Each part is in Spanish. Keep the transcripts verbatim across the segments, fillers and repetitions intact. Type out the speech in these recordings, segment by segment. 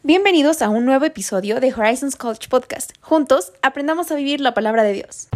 Bienvenidos a un nuevo episodio de Horizons College Podcast. Juntos, aprendamos a vivir la palabra de Dios.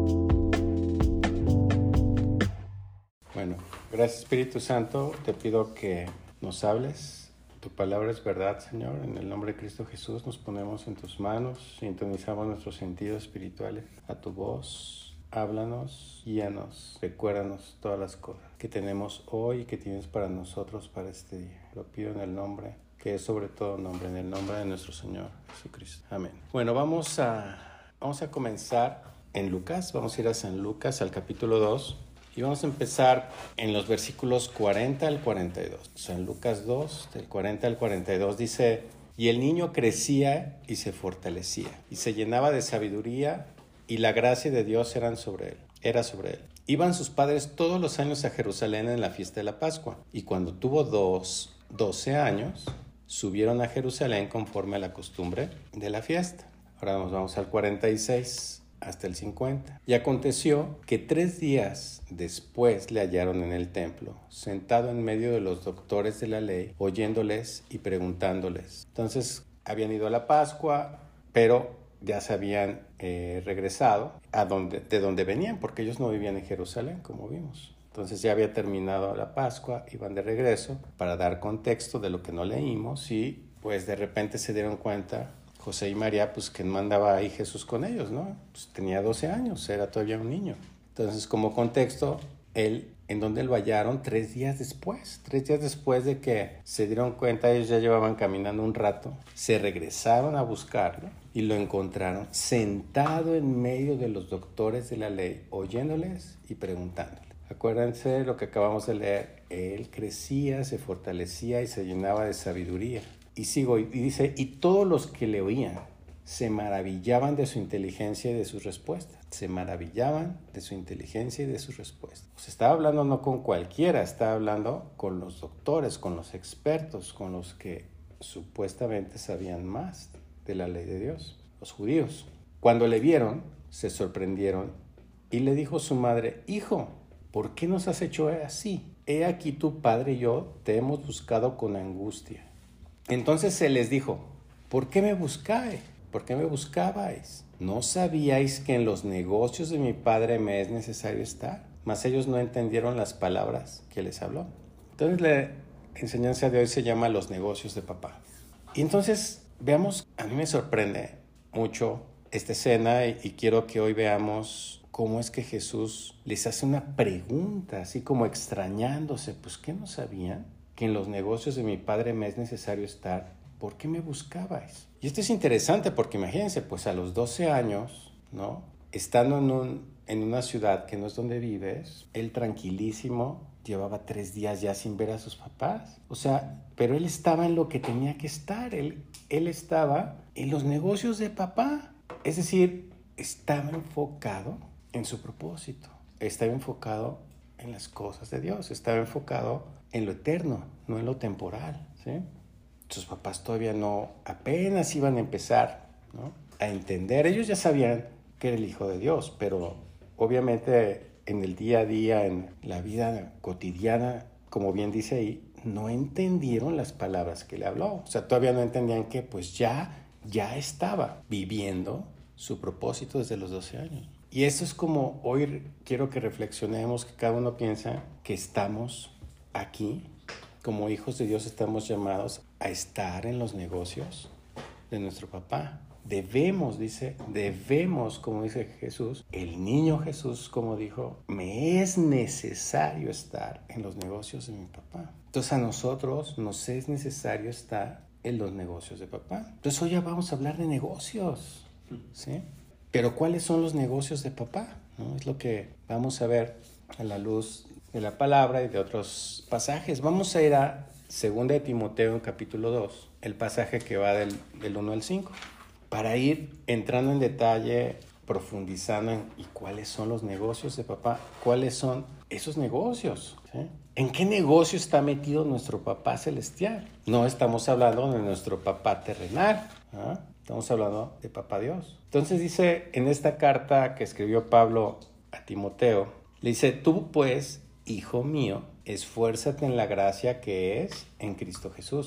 Bueno, gracias Espíritu Santo, te pido que nos hables. Tu palabra es verdad, Señor. En el nombre de Cristo Jesús nos ponemos en tus manos, sintonizamos nuestros sentidos espirituales a tu voz. Háblanos, guíanos, recuérdanos todas las cosas que tenemos hoy y que tienes para nosotros para este día. Lo pido en el nombre, que es sobre todo nombre, en el nombre de nuestro Señor Jesucristo. Amén. Bueno, vamos a, vamos a comenzar en Lucas. Vamos a ir a San Lucas, al capítulo dos. Y vamos a empezar en los versículos cuarenta al cuarenta y dos. San Lucas dos, del cuarenta al cuarenta y dos, dice: Y el niño crecía y se fortalecía, y se llenaba de sabiduría, y la gracia de Dios eran sobre él, era sobre él. Iban sus padres todos los años a Jerusalén en la fiesta de la Pascua, y cuando tuvo dos, doce años, subieron a Jerusalén conforme a la costumbre de la fiesta. Ahora nos vamos al cuarenta y seis hasta el cincuenta. Y aconteció que tres días después le hallaron en el templo, sentado en medio de los doctores de la ley, oyéndoles y preguntándoles. Entonces habían ido a la Pascua, pero ya se habían eh, regresado a donde, de donde venían, porque ellos no vivían en Jerusalén, como vimos. Entonces ya había terminado la Pascua, iban de regreso para dar contexto de lo que no leímos, y pues de repente se dieron cuenta José y María, pues que mandaba ahí Jesús con ellos, ¿no? Pues tenía doce años, era todavía un niño. Entonces, como contexto, él, ¿en dónde lo hallaron? Tres días después. Tres días después de que se dieron cuenta, ellos ya llevaban caminando un rato, se regresaron a buscarlo y lo encontraron sentado en medio de los doctores de la ley, oyéndoles y preguntándoles. Acuérdense de lo que acabamos de leer. Él crecía, se fortalecía y se llenaba de sabiduría. Y sigo, y dice, y todos los que le oían se maravillaban de su inteligencia y de sus respuestas. Se maravillaban de su inteligencia y de sus respuestas. Pues estaba hablando no con cualquiera, estaba hablando con los doctores, con los expertos, con los que supuestamente sabían más de la ley de Dios, los judíos. Cuando le vieron, se sorprendieron y le dijo su madre: Hijo, ¿por qué nos has hecho así? He aquí tu padre y yo te hemos buscado con angustia. Entonces se les dijo: ¿Por qué me buscáis? ¿Por qué me buscabais? ¿No sabíais que en los negocios de mi padre me es necesario estar? Mas ellos no entendieron las palabras que les habló. Entonces la enseñanza de hoy se llama los negocios de papá. Y entonces veamos, a mí me sorprende mucho esta escena y, y quiero que hoy veamos cómo es que Jesús les hace una pregunta, así como extrañándose. Pues, ¿qué no sabían? Que en los negocios de mi padre me es necesario estar. ¿Por qué me buscabais? Y esto es interesante porque imagínense, pues a los doce años, ¿no? Estando en, un, en una ciudad que no es donde vives, él tranquilísimo llevaba tres días ya sin ver a sus papás. O sea, pero él estaba en lo que tenía que estar. Él, él estaba en los negocios de papá. Es decir, estaba enfocado en su propósito. Estaba enfocado en las cosas de Dios. Estaba enfocado en lo eterno, no en lo temporal, ¿sí? Sus papás todavía no, apenas iban a empezar, ¿no?, a entender. Ellos ya sabían que era el Hijo de Dios, pero obviamente en el día a día, en la vida cotidiana, como bien dice ahí, no entendieron las palabras que le habló. O sea, todavía no entendían que pues ya, ya estaba viviendo su propósito desde los doce años. Y eso es como hoy quiero que reflexionemos, que cada uno piensa que estamos aquí, como hijos de Dios, estamos llamados a estar en los negocios de nuestro papá. Debemos, dice, debemos, como dice Jesús, el niño Jesús, como dijo, me es necesario estar en los negocios de mi papá. Entonces a nosotros nos es necesario estar en los negocios de papá. Entonces hoy ya vamos a hablar de negocios, ¿sí? Pero ¿cuáles son los negocios de papá? ¿No? Es lo que vamos a ver a la luz de la palabra y de otros pasajes. Vamos a ir a segunda de Timoteo, capítulo dos, el pasaje que va del, del uno al cinco, para ir entrando en detalle, profundizando en ¿y cuáles son los negocios de papá? ¿Cuáles son esos negocios? ¿Sí? ¿En qué negocio está metido nuestro papá celestial? No estamos hablando de nuestro papá terrenal, ¿ah? Estamos hablando de papá Dios. Entonces dice en esta carta que escribió Pablo a Timoteo, le dice: tú pues, hijo mío, esfuérzate en la gracia que es en Cristo Jesús.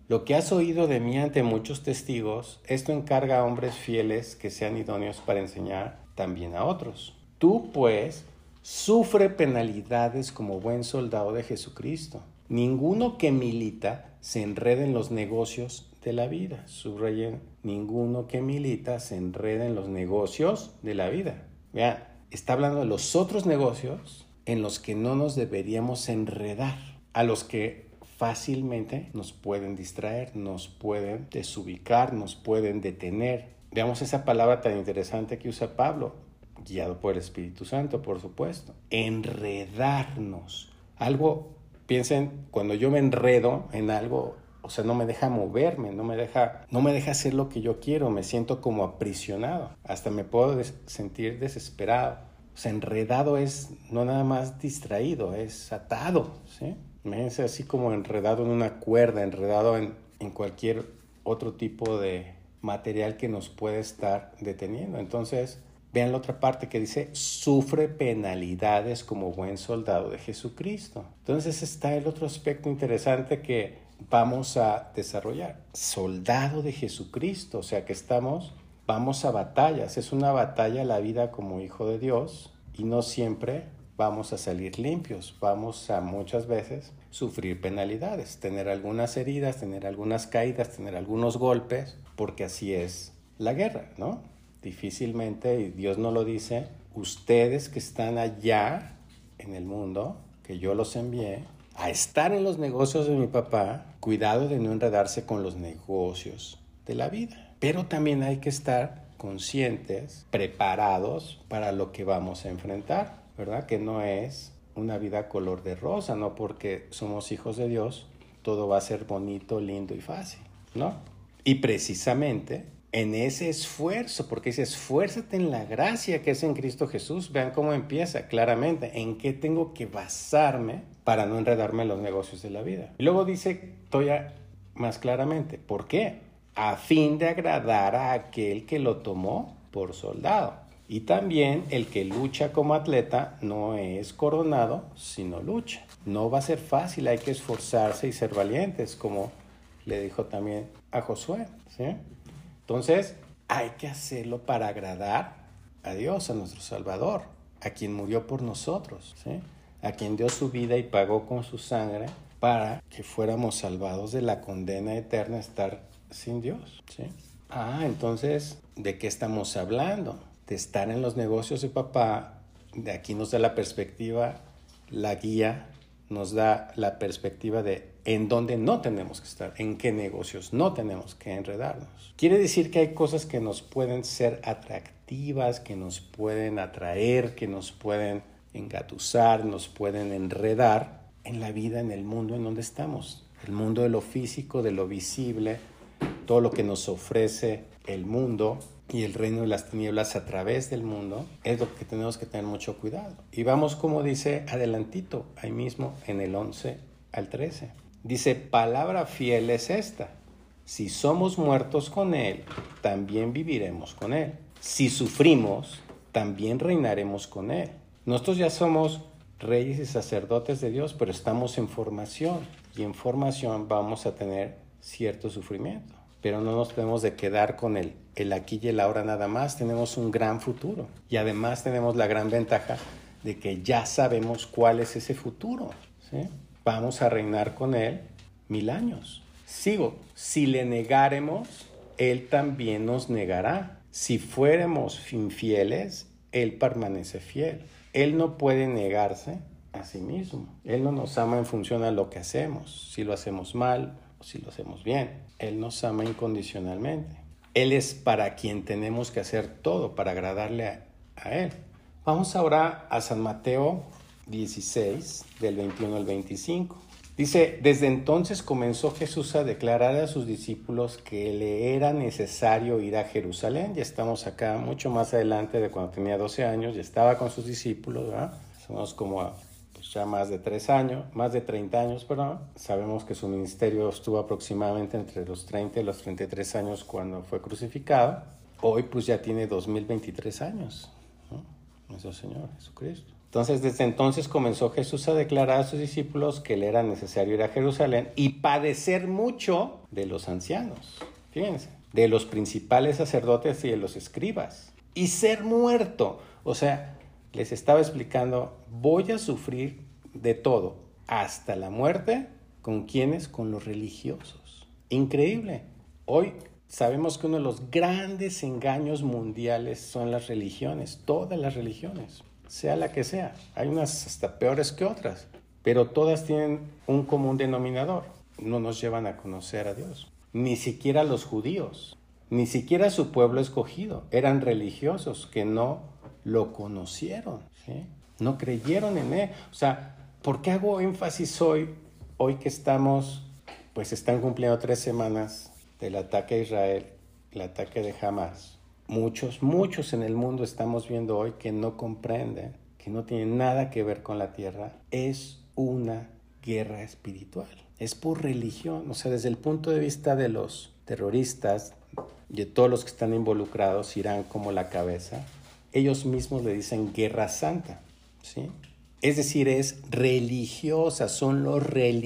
Lo que has oído de mí ante muchos testigos, esto encarga a hombres fieles que sean idóneos para enseñar también a otros. Tú, pues, sufre penalidades como buen soldado de Jesucristo. Ninguno que milita se enreda en los negocios de la vida. Subrayen, ninguno que milita se enreda en los negocios de la vida. Vean, está hablando de los otros negocios en los que no nos deberíamos enredar, a los que fácilmente nos pueden distraer, nos pueden desubicar, nos pueden detener. Veamos esa palabra tan interesante que usa Pablo, guiado por el Espíritu Santo, por supuesto. Enredarnos. Algo, piensen, cuando yo me enredo en algo, o sea, no me deja moverme, no me deja, no me deja hacer lo que yo quiero, me siento como aprisionado, hasta me puedo des- sentir desesperado. O sea, enredado es no nada más distraído, es atado, ¿sí? Imagínense así como enredado en una cuerda, enredado en, en cualquier otro tipo de material que nos puede estar deteniendo. Entonces, vean la otra parte que dice, sufre penalidades como buen soldado de Jesucristo. Entonces está el otro aspecto interesante que vamos a desarrollar. Soldado de Jesucristo, o sea que estamos, vamos a batallas. Es una batalla la vida como hijo de Dios y no siempre vamos a salir limpios. Vamos a muchas veces sufrir penalidades, tener algunas heridas, tener algunas caídas, tener algunos golpes, porque así es la guerra, ¿no? Difícilmente, y Dios no lo dice, ustedes que están allá en el mundo, que yo los envié, a estar en los negocios de mi papá, cuidado de no enredarse con los negocios de la vida. Pero también hay que estar conscientes, preparados para lo que vamos a enfrentar, ¿verdad? Que no es una vida color de rosa, no porque somos hijos de Dios, todo va a ser bonito, lindo y fácil, ¿no? Y precisamente en ese esfuerzo, porque dice, esfuérzate en la gracia que es en Cristo Jesús. Vean cómo empieza claramente, en qué tengo que basarme para no enredarme en los negocios de la vida. Y luego dice todavía más claramente, ¿por qué? A fin de agradar a aquel que lo tomó por soldado. Y también el que lucha como atleta no es coronado, sino lucha. No va a ser fácil, hay que esforzarse y ser valientes, como le dijo también a Josué, ¿sí? Entonces, hay que hacerlo para agradar a Dios, a nuestro Salvador, a quien murió por nosotros, ¿sí? A quien dio su vida y pagó con su sangre para que fuéramos salvados de la condena eterna a estar sin Dios, ¿sí? Ah, entonces, ¿de qué estamos hablando? De estar en los negocios de papá. De aquí nos da la perspectiva, la guía nos da la perspectiva de en dónde no tenemos que estar, en qué negocios no tenemos que enredarnos. Quiere decir que hay cosas que nos pueden ser atractivas, que nos pueden atraer, que nos pueden engatusar, nos pueden enredar en la vida, en el mundo en donde estamos. El mundo de lo físico, de lo visible, todo lo que nos ofrece el mundo y el reino de las tinieblas a través del mundo, es lo que tenemos que tener mucho cuidado. Y vamos como dice adelantito, ahí mismo en el once al trece. Dice, palabra fiel es esta, si somos muertos con Él, también viviremos con Él. Si sufrimos, también reinaremos con Él. Nosotros ya somos reyes y sacerdotes de Dios, pero estamos en formación, y en formación vamos a tener cierto sufrimiento. Pero no nos tenemos de quedar con el, el aquí y el ahora nada más. Tenemos un gran futuro. Y además tenemos la gran ventaja de que ya sabemos cuál es ese futuro, ¿sí? Vamos a reinar con Él mil años. Sigo. Si le negáremos, Él también nos negará. Si fuéramos infieles, Él permanece fiel. Él no puede negarse a sí mismo. Él no nos ama en función a lo que hacemos. Si lo hacemos mal, si lo hacemos bien. Él nos ama incondicionalmente. Él es para quien tenemos que hacer todo para agradarle a, a Él. Vamos ahora a San Mateo dieciséis, del veintiuno al veinticinco. Dice, desde entonces comenzó Jesús a declarar a sus discípulos que le era necesario ir a Jerusalén. Ya estamos acá mucho más adelante de cuando tenía doce años, ya estaba con sus discípulos, ¿verdad? Somos como a ya más de tres años, más de treinta años, perdón. Sabemos que su ministerio estuvo aproximadamente entre los treinta y los treinta y tres años cuando fue crucificado. Hoy pues ya tiene dos mil veintitrés años, ¿no? Nuestro Señor Jesucristo. Entonces, desde entonces comenzó Jesús a declarar a sus discípulos que le era necesario ir a Jerusalén y padecer mucho de los ancianos, fíjense, de los principales sacerdotes y de los escribas, y ser muerto. O sea, les estaba explicando, voy a sufrir de todo, hasta la muerte. ¿Con quiénes? Con los religiosos. Increíble. Hoy sabemos que uno de los grandes engaños mundiales son las religiones, todas las religiones, sea la que sea. Hay unas hasta peores que otras, pero todas tienen un común denominador. No nos llevan a conocer a Dios. Ni siquiera los judíos, ni siquiera su pueblo escogido. Eran religiosos que no lo conocieron, ¿sí? No creyeron en él. O sea, ¿por qué hago énfasis hoy, hoy que estamos, pues están cumpliendo tres semanas del ataque a Israel, el ataque de Hamas? Muchos, muchos en el mundo estamos viendo hoy que no comprenden, que no tienen nada que ver con la tierra. Es una guerra espiritual. Es por religión. O sea, desde el punto de vista de los terroristas, de todos los que están involucrados, Irán como la cabeza, ellos mismos le dicen guerra santa, ¿sí? Es decir, es religiosa. Son los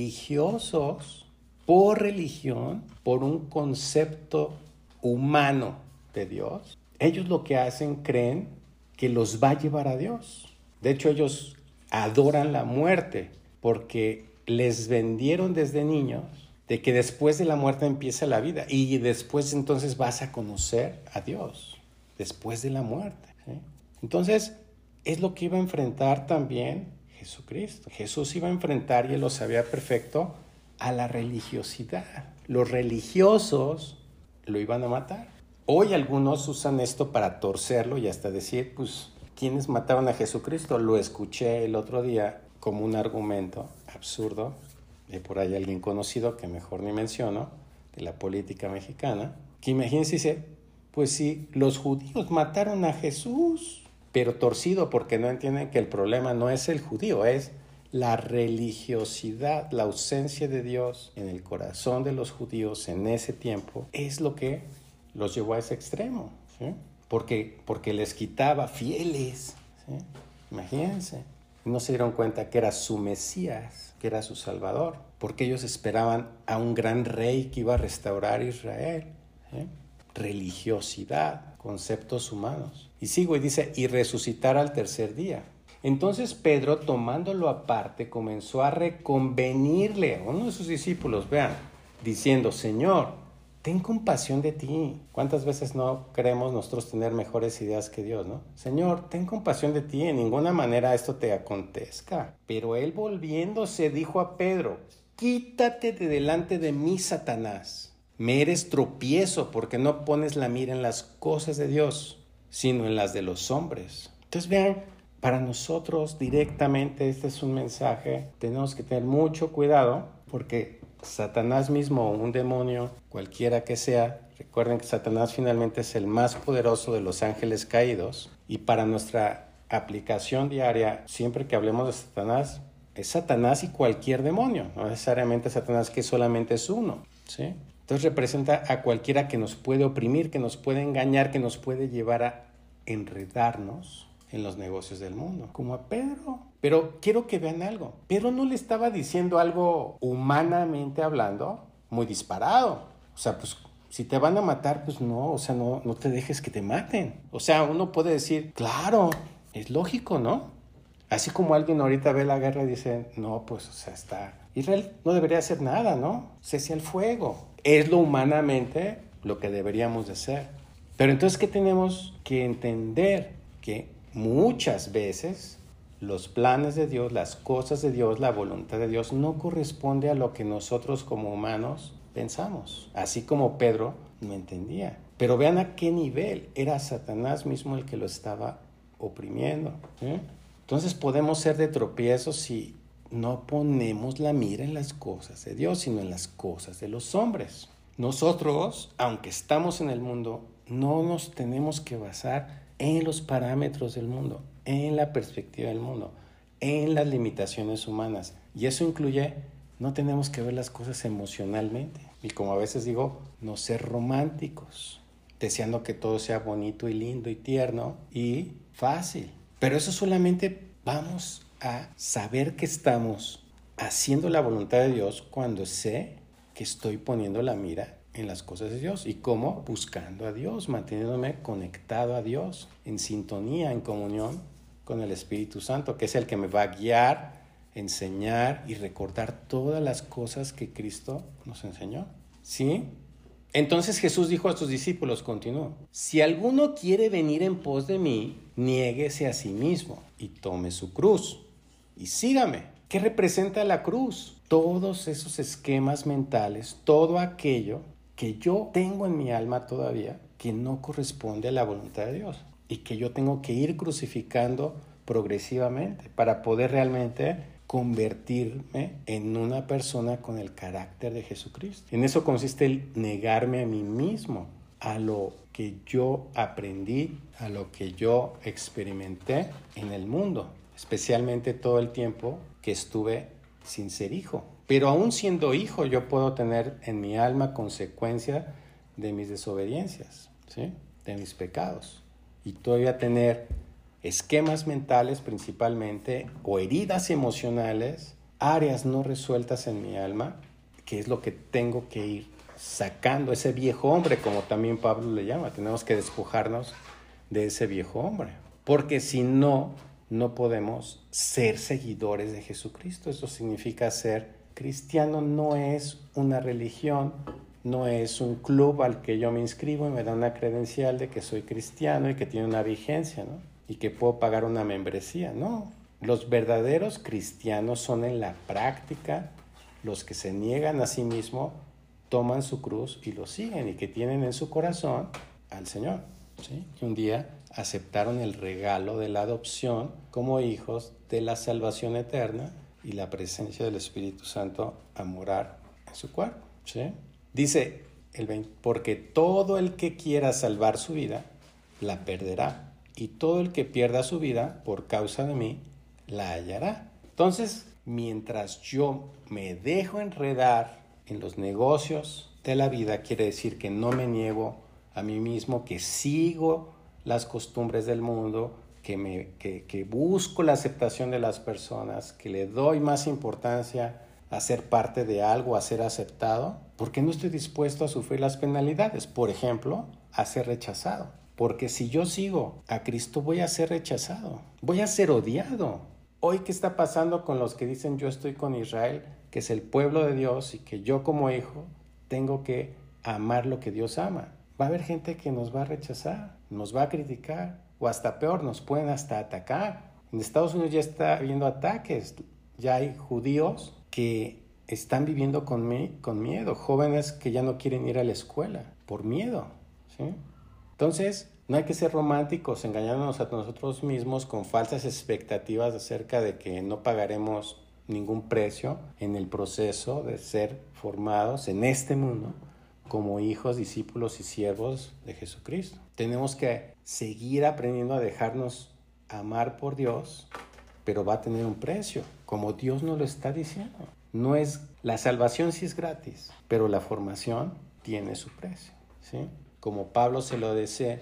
religiosos por religión, por un concepto humano de Dios. Ellos lo que hacen, creen que los va a llevar a Dios. De hecho, ellos adoran la muerte porque les vendieron desde niños de que después de la muerte empieza la vida y después entonces vas a conocer a Dios, después de la muerte, ¿sí? Entonces, es lo que iba a enfrentar también Jesucristo. Jesús iba a enfrentar, y él lo sabía perfecto, a la religiosidad. Los religiosos lo iban a matar. Hoy algunos usan esto para torcerlo y hasta decir, pues, ¿quiénes mataron a Jesucristo? Lo escuché el otro día como un argumento absurdo de por ahí alguien conocido, que mejor ni menciono, de la política mexicana, que imagínense, dice, pues sí, los judíos mataron a Jesús, pero torcido porque no entienden que el problema no es el judío, es la religiosidad, la ausencia de Dios en el corazón de los judíos en ese tiempo, es lo que los llevó a ese extremo, ¿sí? Porque, porque les quitaba fieles, ¿sí? Imagínense. No se dieron cuenta que era su Mesías, que era su Salvador, porque ellos esperaban a un gran rey que iba a restaurar Israel, ¿sí? Religiosidad, conceptos humanos. Y sigo y dice, y resucitar al tercer día. Entonces Pedro, tomándolo aparte, comenzó a reconvenirle a uno de sus discípulos, vean, diciendo, Señor, ten compasión de ti. ¿Cuántas veces no queremos nosotros tener mejores ideas que Dios, no? Señor, ten compasión de ti, en ninguna manera esto te acontezca. Pero él volviéndose dijo a Pedro, quítate de delante de mí, Satanás. Me eres tropiezo porque no pones la mira en las cosas de Dios, sino en las de los hombres. Entonces vean, para nosotros directamente este es un mensaje, tenemos que tener mucho cuidado porque Satanás mismo, un demonio, cualquiera que sea, recuerden que Satanás finalmente es el más poderoso de los ángeles caídos, y para nuestra aplicación diaria, siempre que hablemos de Satanás, es Satanás y cualquier demonio, no necesariamente Satanás que solamente es uno, ¿sí? Entonces representa a cualquiera que nos puede oprimir, que nos puede engañar, que nos puede llevar a enredarnos en los negocios del mundo, como a Pedro. Pero quiero que vean algo. Pedro no le estaba diciendo algo humanamente hablando muy disparado. O sea, pues si te van a matar, pues no, o sea, no, no te dejes que te maten. O sea, uno puede decir, claro, es lógico, ¿no? Así como alguien ahorita ve la guerra y dice, no, pues, o sea, está... Israel no debería hacer nada, ¿no? Cese el fuego. Es lo humanamente lo que deberíamos de hacer. Pero entonces, ¿qué tenemos que entender? Que muchas veces los planes de Dios, las cosas de Dios, la voluntad de Dios no corresponde a lo que nosotros como humanos pensamos. Así como Pedro no entendía. Pero vean a qué nivel era Satanás mismo el que lo estaba oprimiendo, ¿eh? Entonces podemos ser de tropiezo si no ponemos la mira en las cosas de Dios, sino en las cosas de los hombres. Nosotros, aunque estamos en el mundo, no nos tenemos que basar en los parámetros del mundo, en la perspectiva del mundo, en las limitaciones humanas. Y eso incluye, no tenemos que ver las cosas emocionalmente. Y como a veces digo, no ser románticos, deseando que todo sea bonito y lindo y tierno y fácil. Pero eso solamente vamos a saber que estamos haciendo la voluntad de Dios cuando sé que estoy poniendo la mira en las cosas de Dios. ¿Y cómo? Buscando a Dios, manteniéndome conectado a Dios, en sintonía, en comunión con el Espíritu Santo, que es el que me va a guiar, enseñar y recordar todas las cosas que Cristo nos enseñó. ¿Sí? Entonces Jesús dijo a sus discípulos, continuó, si alguno quiere venir en pos de mí, niéguese a sí mismo y tome su cruz y sígame. ¿Qué representa la cruz? Todos esos esquemas mentales, todo aquello que yo tengo en mi alma todavía que no corresponde a la voluntad de Dios y que yo tengo que ir crucificando progresivamente para poder realmente convertirme en una persona con el carácter de Jesucristo. En eso consiste el negarme a mí mismo, a lo que yo aprendí, a lo que yo experimenté en el mundo, especialmente todo el tiempo que estuve sin ser hijo. Pero aún siendo hijo, yo puedo tener en mi alma consecuencia de mis desobediencias, ¿sí? De mis pecados. Y todavía tener esquemas mentales principalmente o heridas emocionales, áreas no resueltas en mi alma, que es lo que tengo que ir sacando, ese viejo hombre, como también Pablo le llama. Tenemos que despojarnos de ese viejo hombre, porque si no, no podemos ser seguidores de Jesucristo. Eso significa ser cristiano. No es una religión, no es un club al que yo me inscribo y me da una credencial de que soy cristiano y que tiene una vigencia, ¿no? Y que puedo pagar una membresía. No, los verdaderos cristianos son en la práctica los que se niegan a sí mismos, toman su cruz y lo siguen, y que tienen en su corazón al Señor, ¿sí? Que un día aceptaron el regalo de la adopción como hijos de la salvación eterna y la presencia del Espíritu Santo a morar en su cuerpo, ¿sí? Dice el veinte, porque todo el que quiera salvar su vida, la perderá. Y todo el que pierda su vida por causa de mí, la hallará. Entonces, mientras yo me dejo enredar en los negocios de la vida, quiere decir que no me niego a mí mismo, que sigo las costumbres del mundo, que, me, que, que busco la aceptación de las personas, que le doy más importancia a ser parte de algo, a ser aceptado, porque no estoy dispuesto a sufrir las penalidades. Por ejemplo, a ser rechazado. Porque si yo sigo a Cristo, voy a ser rechazado, voy a ser odiado. Hoy, ¿qué está pasando con los que dicen yo estoy con Israel, que es el pueblo de Dios, y que yo como hijo tengo que amar lo que Dios ama? Va a haber gente que nos va a rechazar, nos va a criticar, o hasta peor, nos pueden hasta atacar. En Estados Unidos ya está habiendo ataques, ya hay judíos que están viviendo con, mí, con miedo, jóvenes que ya no quieren ir a la escuela por miedo, ¿sí? Entonces, no hay que ser románticos, engañándonos a nosotros mismos con falsas expectativas acerca de que no pagaremos ningún precio en el proceso de ser formados en este mundo como hijos, discípulos y siervos de Jesucristo. Tenemos que seguir aprendiendo a dejarnos amar por Dios, pero va a tener un precio, como Dios nos lo está diciendo. No es, la salvación sí es gratis, pero la formación tiene su precio, ¿sí? Como Pablo se lo dice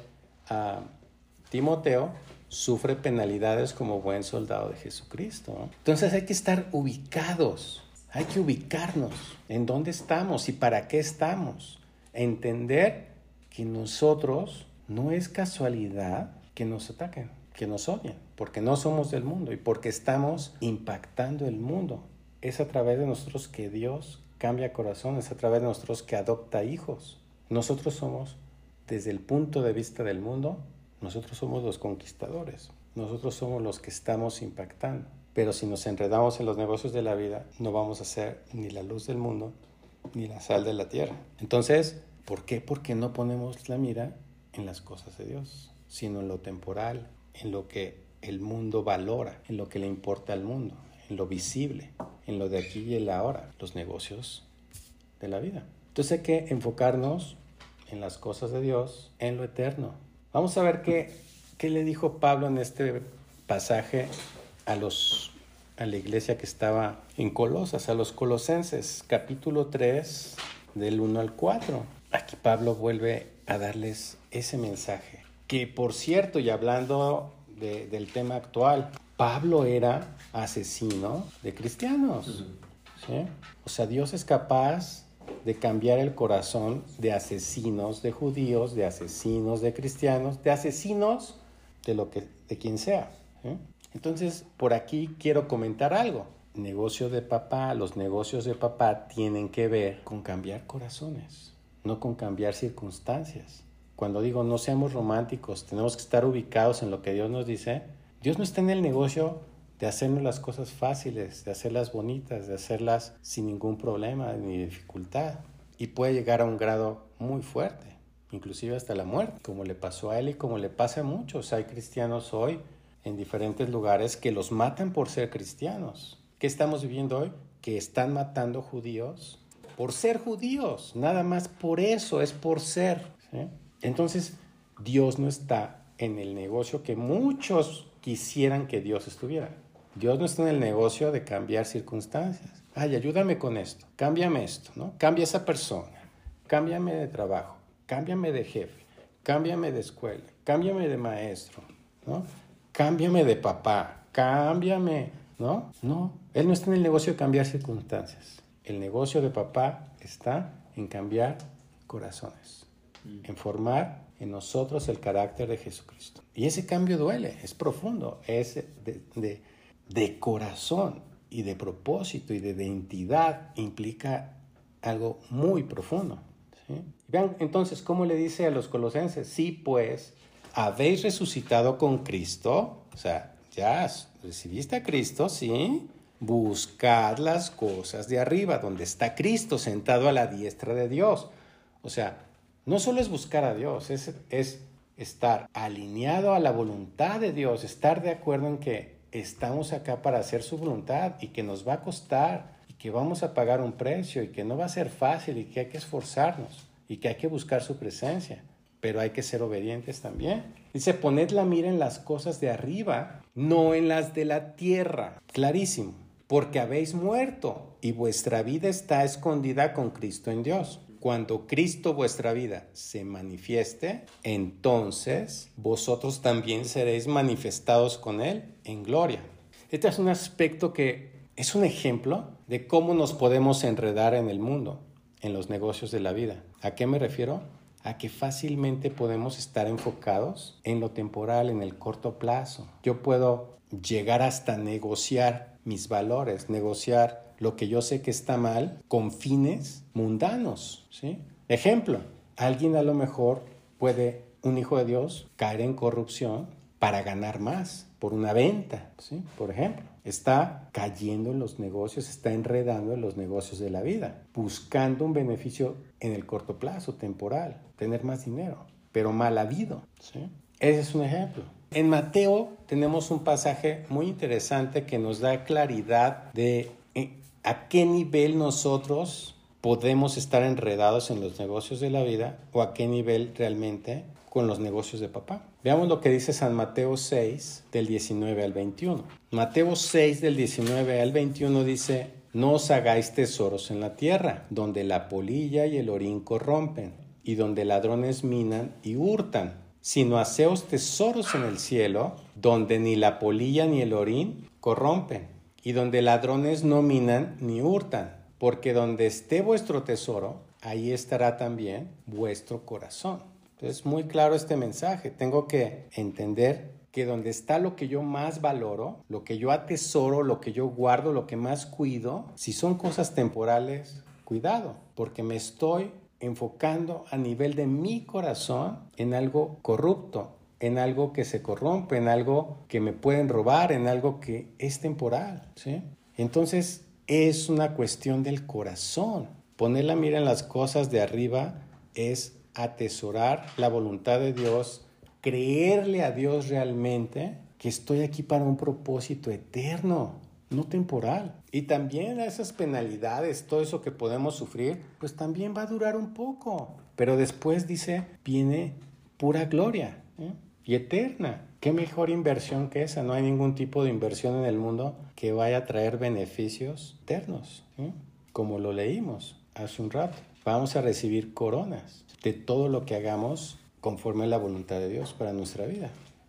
a Timoteo, sufre penalidades como buen soldado de Jesucristo, ¿no? Entonces hay que estar ubicados, hay que ubicarnos en dónde estamos y para qué estamos. Entender que nosotros no es casualidad que nos ataquen, que nos odien, porque no somos del mundo y porque estamos impactando el mundo. Es a través de nosotros que Dios cambia corazones, es a través de nosotros que adopta hijos. Nosotros somos, desde el punto de vista del mundo, nosotros somos los conquistadores. Nosotros somos los que estamos impactando. Pero si nos enredamos en los negocios de la vida, no vamos a ser ni la luz del mundo, ni la sal de la tierra. Entonces, ¿por qué? Porque no ponemos la mira en las cosas de Dios, sino en lo temporal, en lo que el mundo valora, en lo que le importa al mundo, en lo visible, en lo de aquí y el ahora, los negocios de la vida. Entonces hay que enfocarnos en las cosas de Dios, en lo eterno. Vamos a ver qué, qué le dijo Pablo en este pasaje a, los, a la iglesia que estaba en Colosas, a los colosenses, capítulo tres, del uno al cuatro. Aquí Pablo vuelve a darles ese mensaje, que por cierto, y hablando de, del tema actual, Pablo era asesino de cristianos. Uh-huh. ¿Sí? O sea, Dios es capaz de cambiar el corazón de asesinos de judíos, de asesinos de cristianos, de asesinos de lo que, de quien sea. ¿Sí? Entonces, por aquí quiero comentar algo. Negocio de papá, los negocios de papá tienen que ver con cambiar corazones, no con cambiar circunstancias. Cuando digo no seamos románticos, tenemos que estar ubicados en lo que Dios nos dice. Dios no está en el negocio de hacernos las cosas fáciles, de hacerlas bonitas, de hacerlas sin ningún problema ni dificultad. Y puede llegar a un grado muy fuerte, inclusive hasta la muerte, como le pasó a él y como le pasa a muchos. Hay cristianos hoy en diferentes lugares que los matan por ser cristianos. ¿Qué estamos viviendo hoy? Que están matando judíos por ser judíos, nada más por eso, es por ser. ¿Sí? Entonces, Dios no está en el negocio que muchos quisieran que Dios estuviera. Dios no está en el negocio de cambiar circunstancias. Ay, ayúdame con esto, cámbiame esto, ¿no? Cambia esa persona, cámbiame de trabajo, cámbiame de jefe, cámbiame de escuela, cámbiame de maestro, ¿no? Cámbiame de papá, cámbiame, ¿no? No, Él no está en el negocio de cambiar circunstancias. El negocio de papá está en cambiar corazones, mm. en formar en nosotros el carácter de Jesucristo. Y ese cambio duele, es profundo, es de, de, de corazón y de propósito y de identidad, implica algo muy profundo. ¿Sí? Vean entonces cómo le dice a los colosenses, sí pues, habéis resucitado con Cristo, o sea, ya recibiste a Cristo, ¿sí? Buscad las cosas de arriba, donde está Cristo sentado a la diestra de Dios. O sea, no solo es buscar a Dios, es, es estar alineado a la voluntad de Dios, estar de acuerdo en que estamos acá para hacer su voluntad y que nos va a costar y que vamos a pagar un precio y que no va a ser fácil y que hay que esforzarnos y que hay que buscar su presencia, pero hay que ser obedientes también. Dice, poned la mira en las cosas de arriba, no en las de la tierra. Clarísimo, porque habéis muerto y vuestra vida está escondida con Cristo en Dios. Cuando Cristo vuestra vida se manifieste, entonces vosotros también seréis manifestados con Él en gloria. Este es un aspecto que es un ejemplo de cómo nos podemos enredar en el mundo, en los negocios de la vida. ¿A qué me refiero? A que fácilmente podemos estar enfocados en lo temporal, en el corto plazo. Yo puedo llegar hasta negociar mis valores, negociar lo que yo sé que está mal con fines mundanos, ¿sí? Ejemplo, alguien a lo mejor puede, un hijo de Dios, caer en corrupción para ganar más por una venta, ¿sí? Por ejemplo, está cayendo en los negocios, está enredando en los negocios de la vida, buscando un beneficio en el corto plazo, temporal, tener más dinero, pero mal habido, ¿sí? Ese es un ejemplo. En Mateo tenemos un pasaje muy interesante que nos da claridad de a qué nivel nosotros podemos estar enredados en los negocios de la vida o a qué nivel realmente con los negocios de papá. Veamos lo que dice San Mateo seis, del diecinueve al veintiuno. Mateo seis, del diecinueve al veintiuno dice, no os hagáis tesoros en la tierra, donde la polilla y el orín corrompen, y donde ladrones minan y hurtan, sino haceos tesoros en el cielo, donde ni la polilla ni el orín corrompen, y donde ladrones no minan ni hurtan, porque donde esté vuestro tesoro, ahí estará también vuestro corazón. Entonces, muy claro este mensaje. Tengo que entender que donde está lo que yo más valoro, lo que yo atesoro, lo que yo guardo, lo que más cuido, si son cosas temporales, cuidado, porque me estoy enfocando a nivel de mi corazón en algo corrupto, en algo que se corrompe, en algo que me pueden robar, en algo que es temporal, ¿sí? Entonces, es una cuestión del corazón. Poner la mira en las cosas de arriba es atesorar la voluntad de Dios, creerle a Dios realmente que estoy aquí para un propósito eterno, no temporal. Y también esas penalidades, todo eso que podemos sufrir, pues también va a durar un poco. Pero después dice, viene pura gloria, ¿eh? Y eterna. ¿Qué mejor inversión que esa? No hay ningún tipo de inversión en el mundo que vaya a traer beneficios eternos, ¿sí? Como lo leímos hace un rato. Vamos a recibir coronas de todo lo que hagamos conforme a la voluntad de Dios para nuestra vida.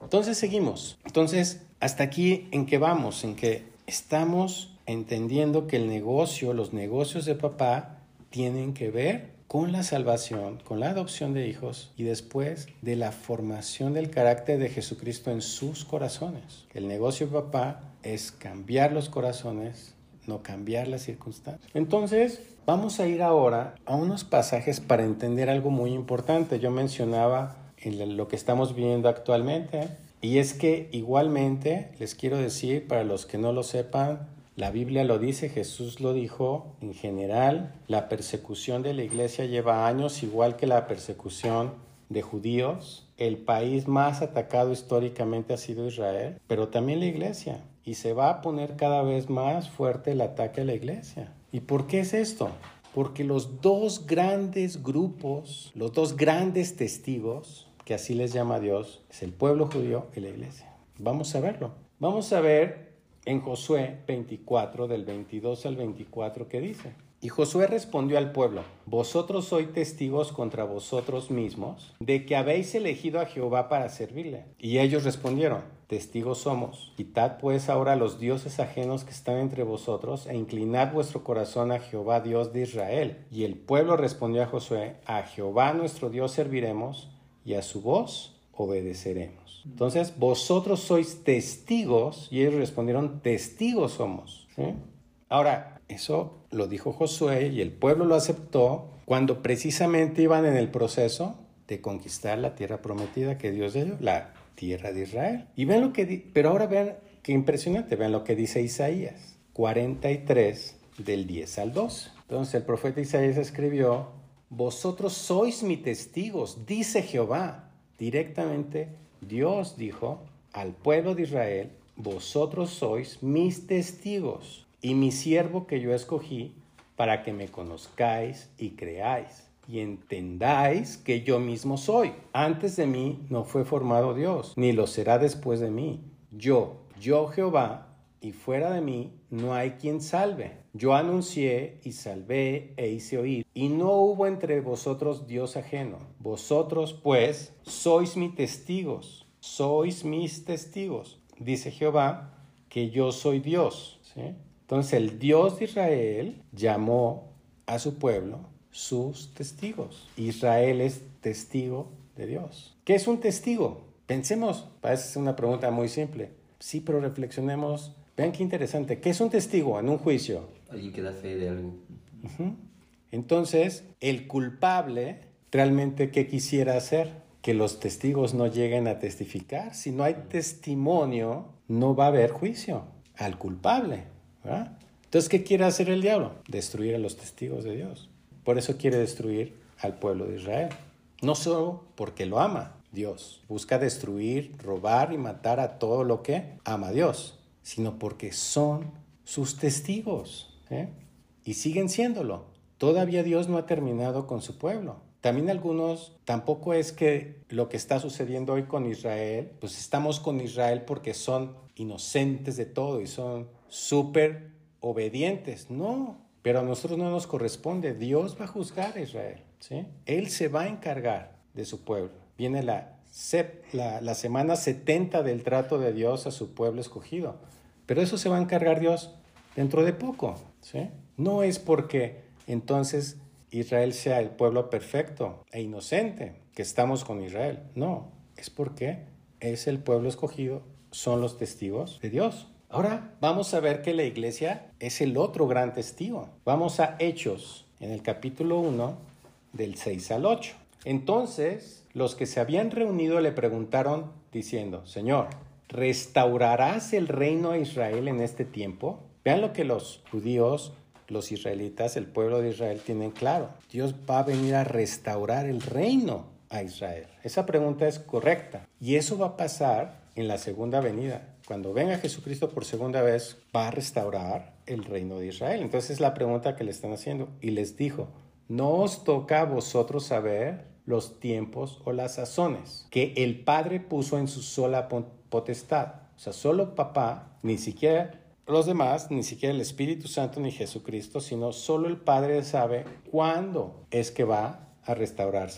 Entonces seguimos. Entonces, hasta aquí, ¿en qué vamos? En que estamos entendiendo que el negocio, los negocios de papá tienen que ver con la salvación, con la adopción de hijos y después de la formación del carácter de Jesucristo en sus corazones. El negocio de papá es cambiar los corazones, no cambiar las circunstancias. Entonces, vamos a ir ahora a unos pasajes para entender algo muy importante. Yo mencionaba en lo que estamos viviendo actualmente, y es que igualmente les quiero decir, para los que no lo sepan, la Biblia lo dice, Jesús lo dijo, en general, la persecución de la iglesia lleva años, igual que la persecución de judíos. El país más atacado históricamente ha sido Israel, pero también la iglesia. Y se va a poner cada vez más fuerte el ataque a la iglesia. ¿Y por qué es esto? Porque los dos grandes grupos, los dos grandes testigos, que así les llama Dios, es el pueblo judío y la iglesia. Vamos a verlo. Vamos a ver en Josué veinticuatro, del veintidós al veinticuatro, ¿qué dice? Y Josué respondió al pueblo: vosotros sois testigos contra vosotros mismos de que habéis elegido a Jehová para servirle. Y ellos respondieron: testigos somos. Quitad pues ahora los dioses ajenos que están entre vosotros e inclinad vuestro corazón a Jehová Dios de Israel. Y el pueblo respondió a Josué: a Jehová nuestro Dios serviremos y a su voz obedeceremos. Entonces, vosotros sois testigos, y ellos respondieron: testigos somos. ¿Sí? Ahora, eso lo dijo Josué y el pueblo lo aceptó cuando precisamente iban en el proceso de conquistar la tierra prometida que Dios dio, la tierra de Israel. Y vean lo que di- pero ahora vean qué impresionante, vean lo que dice Isaías cuarenta y tres, del diez al doce. Entonces el profeta Isaías escribió: vosotros sois mis testigos, dice Jehová. Directamente Dios dijo al pueblo de Israel: vosotros sois mis testigos y mi siervo que yo escogí para que me conozcáis y creáis y entendáis que yo mismo soy. Antes de mí no fue formado Dios, ni lo será después de mí. Yo, yo Jehová, y fuera de mí no hay quien salve. Yo anuncié y salvé e hice oír, y no hubo entre vosotros Dios ajeno. Vosotros, pues, sois mis testigos, sois mis testigos, dice Jehová, que yo soy Dios. ¿Sí? Entonces el Dios de Israel llamó a su pueblo sus testigos. Israel es testigo de Dios. ¿Qué es un testigo? Pensemos, parece una pregunta muy simple. Sí, pero reflexionemos. Vean qué interesante. ¿Qué es un testigo en un juicio? Alguien que da fe de algo. Uh-huh. Entonces, el culpable realmente, ¿qué quisiera hacer? Que los testigos no lleguen a testificar. Si no hay testimonio, no va a haber juicio al culpable, ¿verdad? Entonces, ¿qué quiere hacer el diablo? Destruir a los testigos de Dios. Por eso quiere destruir al pueblo de Israel. No solo porque lo ama Dios. Busca destruir, robar y matar a todo lo que ama Dios, sino porque son sus testigos, ¿eh? Y siguen siéndolo. Todavía Dios no ha terminado con su pueblo. También algunos, tampoco es que lo que está sucediendo hoy con Israel, pues estamos con Israel porque son inocentes de todo y son súper obedientes. No, pero a nosotros no nos corresponde. Dios va a juzgar a Israel, ¿sí? Él se va a encargar de su pueblo. Viene la, la, la semana setenta del trato de Dios a su pueblo escogido. Pero eso se va a encargar Dios dentro de poco, ¿sí? No es porque entonces Israel sea el pueblo perfecto e inocente, que estamos con Israel. No, es porque es el pueblo escogido, son los testigos de Dios. Ahora vamos a ver que la iglesia es el otro gran testigo. Vamos a Hechos, en el capítulo uno, del seis al ocho. Entonces, los que se habían reunido le preguntaron diciendo: Señor, ¿restaurarás el reino a Israel en este tiempo? Vean lo que los judíos, los israelitas, el pueblo de Israel tienen claro. Dios va a venir a restaurar el reino a Israel. Esa pregunta es correcta. Y eso va a pasar en la segunda venida. Cuando venga Jesucristo por segunda vez, va a restaurar el reino de Israel. Entonces es la pregunta que le están haciendo. Y les dijo: no os toca a vosotros saber los tiempos o las sazones que el Padre puso en su sola potestad. O sea, solo papá, ni siquiera los demás, ni siquiera el Espíritu Santo ni Jesucristo, sino solo el Padre sabe cuándo es que va a restaurarse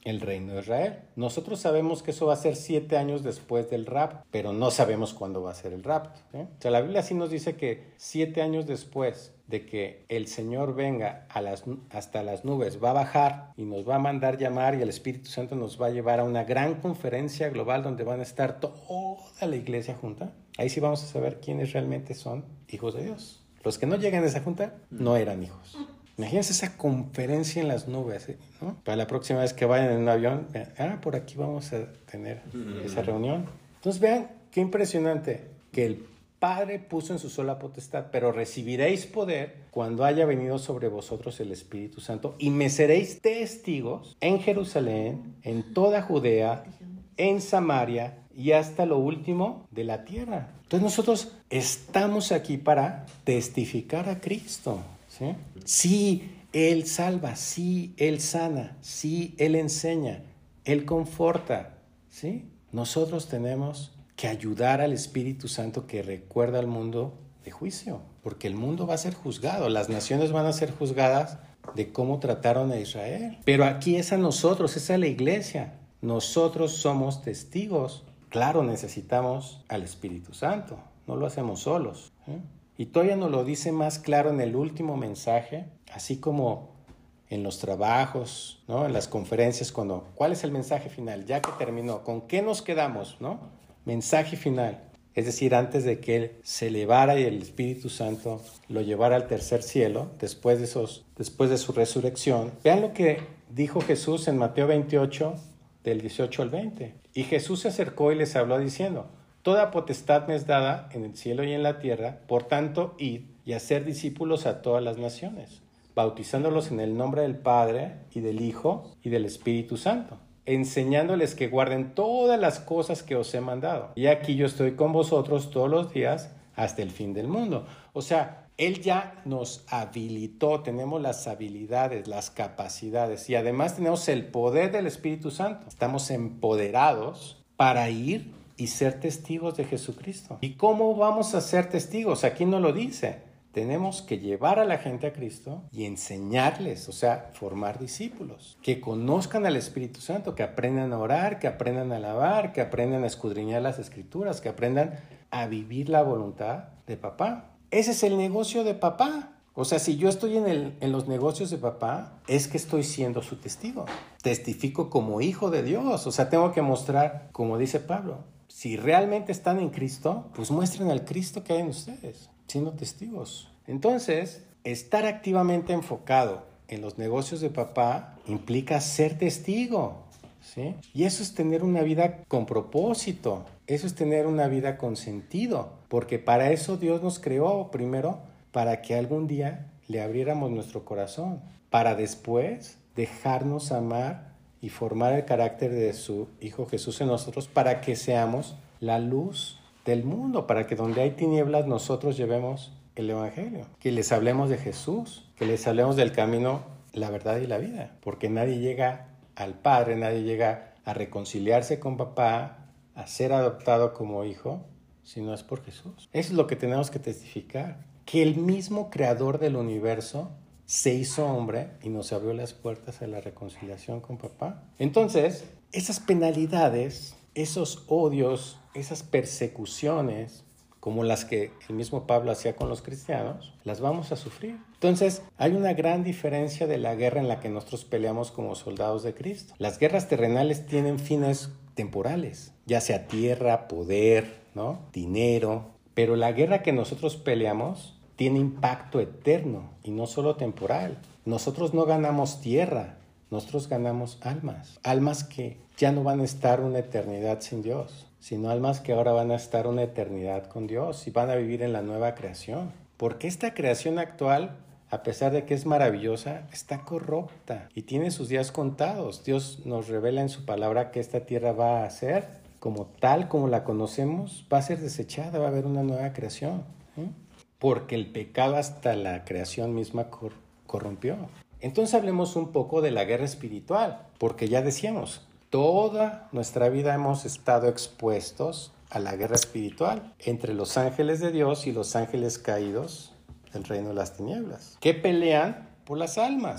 el reino de Israel. Nosotros sabemos que eso va a ser siete años después del rapto, pero no sabemos cuándo va a ser el rapto, ¿sí? O sea, la Biblia sí nos dice que siete años después de que el Señor venga a las, hasta las nubes, va a bajar y nos va a mandar llamar, y el Espíritu Santo nos va a llevar a una gran conferencia global donde van a estar toda la iglesia junta. Ahí sí vamos a saber quiénes realmente son hijos de Dios. Los que no llegan a esa junta no eran hijos. Imagínense esa conferencia en las nubes, ¿no? Para la próxima vez que vayan en un avión, ah, por aquí vamos a tener esa reunión. Entonces vean qué impresionante que el Padre puso en su sola potestad, pero recibiréis poder cuando haya venido sobre vosotros el Espíritu Santo y me seréis testigos en Jerusalén, en toda Judea, en Samaria y hasta lo último de la tierra. Entonces nosotros estamos aquí para testificar a Cristo, ¿sí? Sí, Él salva, sí, Él sana, sí, Él enseña, Él conforta, ¿sí? Nosotros tenemos que ayudar al Espíritu Santo que recuerda al mundo de juicio, porque el mundo va a ser juzgado, las naciones van a ser juzgadas de cómo trataron a Israel. Pero aquí es a nosotros, es a la iglesia. Nosotros somos testigos. Claro, necesitamos al Espíritu Santo, no lo hacemos solos, ¿eh? Y todavía nos lo dice más claro en el último mensaje, así como en los trabajos, ¿no? En las conferencias, cuando, ¿cuál es el mensaje final? Ya que terminó, ¿con qué nos quedamos, no? Mensaje final, es decir, antes de que Él se elevara y el Espíritu Santo lo llevara al tercer cielo, después de, esos, después de su resurrección. Vean lo que dijo Jesús en Mateo veintiocho, del dieciocho al veinte. Y Jesús se acercó y les habló diciendo: toda potestad me es dada en el cielo y en la tierra, por tanto, id y hacer discípulos a todas las naciones, bautizándolos en el nombre del Padre y del Hijo y del Espíritu Santo, enseñándoles que guarden todas las cosas que os he mandado. Y aquí yo estoy con vosotros todos los días hasta el fin del mundo. O sea, Él ya nos habilitó, tenemos las habilidades, las capacidades y además tenemos el poder del Espíritu Santo. Estamos empoderados para ir y ser testigos de Jesucristo. ¿Y cómo vamos a ser testigos? Aquí no lo dice. Tenemos que llevar a la gente a Cristo y enseñarles, o sea, formar discípulos, que conozcan al Espíritu Santo, que aprendan a orar, que aprendan a alabar, que aprendan a escudriñar las Escrituras, que aprendan a vivir la voluntad de papá. Ese es el negocio de papá. O sea, si yo estoy en, el, en los negocios de papá, es que estoy siendo su testigo. Testifico como hijo de Dios. O sea, tengo que mostrar, como dice Pablo, si realmente están en Cristo, pues muestren al Cristo que hay en ustedes, siendo testigos. Entonces, estar activamente enfocado en los negocios de papá implica ser testigo, ¿sí? Y eso es tener una vida con propósito, eso es tener una vida con sentido, porque para eso Dios nos creó primero, para que algún día le abriéramos nuestro corazón, para después dejarnos amar y formar el carácter de su Hijo Jesús en nosotros, para que seamos la luz del mundo, para que donde hay tinieblas nosotros llevemos el Evangelio, que les hablemos de Jesús, que les hablemos del camino, la verdad y la vida, porque nadie llega al Padre, nadie llega a reconciliarse con papá, a ser adoptado como hijo, si no es por Jesús. Eso es lo que tenemos que testificar, que el mismo creador del universo se hizo hombre y nos abrió las puertas a la reconciliación con papá. Entonces, esas penalidades, esos odios, esas persecuciones, como las que el mismo Pablo hacía con los cristianos, las vamos a sufrir. Entonces, hay una gran diferencia de la guerra en la que nosotros peleamos como soldados de Cristo. Las guerras terrenales tienen fines temporales, ya sea tierra, poder, ¿no? Dinero, pero la guerra que nosotros peleamos tiene impacto eterno y no solo temporal. Nosotros no ganamos tierra, nosotros ganamos almas. Almas que ya no van a estar una eternidad sin Dios, sino almas que ahora van a estar una eternidad con Dios y van a vivir en la nueva creación. Porque esta creación actual, a pesar de que es maravillosa, está corrupta y tiene sus días contados. Dios nos revela en su palabra que esta tierra va a ser como tal, como la conocemos, va a ser desechada, va a haber una nueva creación, ¿eh? Porque el pecado hasta la creación misma cor- corrompió. Entonces hablemos un poco de la guerra espiritual, porque ya decíamos, toda nuestra vida hemos estado expuestos a la guerra espiritual entre los ángeles de Dios y los ángeles caídos del reino de las tinieblas, que pelean por las almas.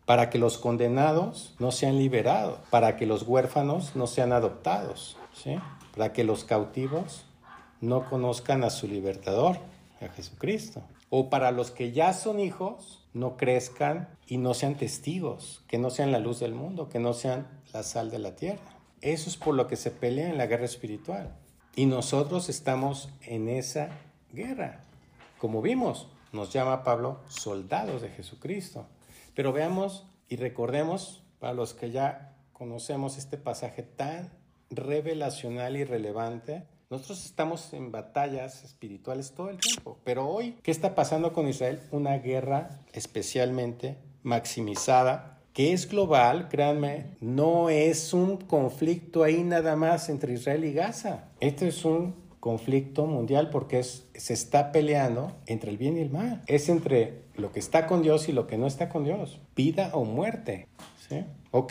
para que los condenados no sean liberados, para que los huérfanos no sean adoptados, ¿sí? Para que los cautivos no conozcan a su libertador, a Jesucristo. O para los que ya son hijos, no crezcan y no sean testigos, que no sean la luz del mundo, que no sean la sal de la tierra. Eso es por lo que se pelea en la guerra espiritual. Y nosotros estamos en esa guerra. Como vimos, nos llama Pablo soldados de Jesucristo. Pero veamos y recordemos, para los que ya conocemos este pasaje tan revelacional y relevante, nosotros estamos en batallas espirituales todo el tiempo. Pero hoy, ¿qué está pasando con Israel? Una guerra especialmente maximizada, que es global, créanme, no es un conflicto ahí nada más entre Israel y Gaza. Este es un conflicto mundial porque es, se está peleando entre el bien y el mal. Es entre lo que está con Dios y lo que no está con Dios. Vida o muerte, ¿sí? Ok,